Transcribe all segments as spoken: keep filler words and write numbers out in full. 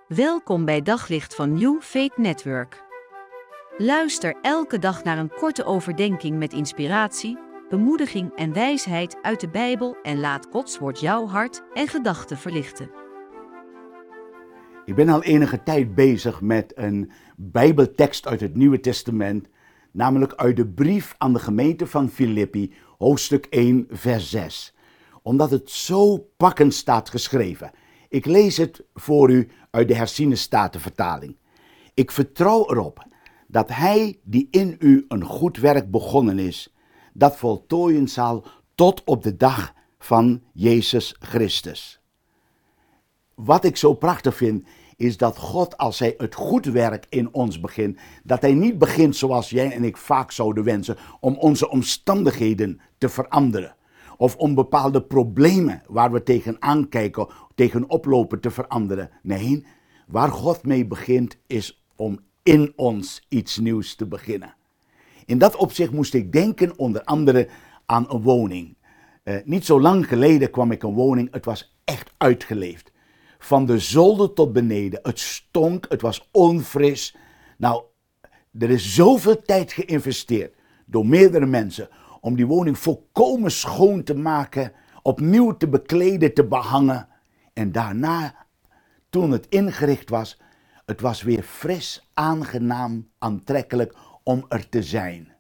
Welkom bij Daglicht van New Faith Network. Luister elke dag naar een korte overdenking met inspiratie, bemoediging en wijsheid uit de Bijbel en laat Gods woord jouw hart en gedachten verlichten. Ik ben al enige tijd bezig met een Bijbeltekst uit het Nieuwe Testament, namelijk uit de brief aan de gemeente van Filippi, hoofdstuk één, vers zes. Omdat het zo pakkend staat geschreven. Ik lees het voor u uit de herziene statenvertaling. Ik vertrouw erop dat hij die in u een goed werk begonnen is, dat voltooien zal tot op de dag van Jezus Christus. Wat ik zo prachtig vind, is dat God, als hij het goed werk in ons begint, dat hij niet begint zoals jij en ik vaak zouden wensen, om onze omstandigheden te veranderen. Of om bepaalde problemen waar we tegenaan kijken, tegenop lopen te veranderen. Nee, waar God mee begint is om in ons iets nieuws te beginnen. In dat opzicht moest ik denken onder andere aan een woning. Uh, niet zo lang geleden kwam ik een woning, het was echt uitgeleefd. Van de zolder tot beneden, het stonk, het was onfris. Nou, er is zoveel tijd geïnvesteerd door meerdere mensen om die woning volkomen schoon te maken, opnieuw te bekleden, te behangen. En daarna, toen het ingericht was, het was weer fris, aangenaam, aantrekkelijk om er te zijn.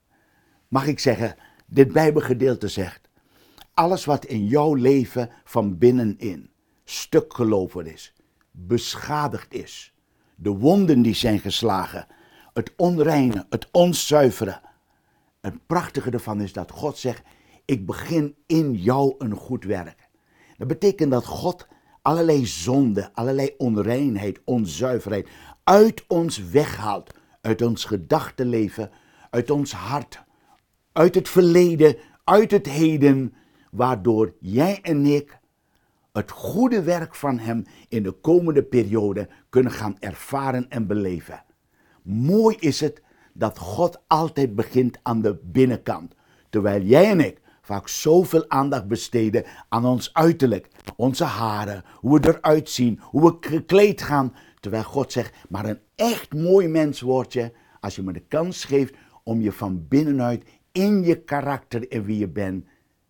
Mag ik zeggen, dit Bijbelgedeelte zegt, alles wat in jouw leven van binnenin stuk gelopen is, beschadigd is, de wonden die zijn geslagen, het onreine, het onzuivere. Het prachtige ervan is dat God zegt, ik begin in jou een goed werk. Dat betekent dat God allerlei zonde, allerlei onreinheid, onzuiverheid uit ons weghaalt. Uit ons gedachtenleven, uit ons hart, uit het verleden, uit het heden. Waardoor jij en ik het goede werk van hem in de komende periode kunnen gaan ervaren en beleven. Mooi is het dat God altijd begint aan de binnenkant. Terwijl jij en ik vaak zoveel aandacht besteden aan ons uiterlijk. Onze haren, hoe we eruit zien, hoe we gekleed gaan. Terwijl God zegt, maar een echt mooi mens word je als je me de kans geeft om je van binnenuit in je karakter en wie je bent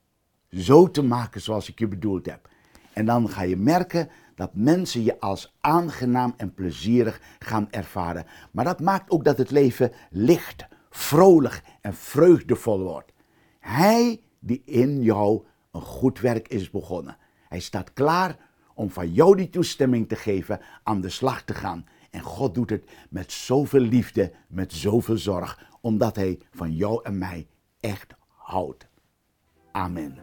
zo te maken zoals ik je bedoeld heb. En dan ga je merken dat mensen je als aangenaam en plezierig gaan ervaren. Maar dat maakt ook dat het leven licht, vrolijk en vreugdevol wordt. Hij die in jou een goed werk is begonnen. Hij staat klaar om van jou die toestemming te geven aan de slag te gaan. En God doet het met zoveel liefde, met zoveel zorg, omdat hij van jou en mij echt houdt. Amen.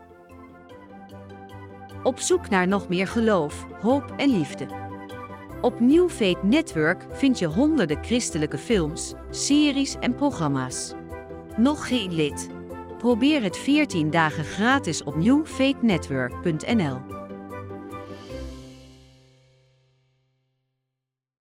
Op zoek naar nog meer geloof, hoop en liefde. Op New Faith Network vind je honderden christelijke films, series en programma's. Nog geen lid? Probeer het veertien dagen gratis op new faith network punt n l.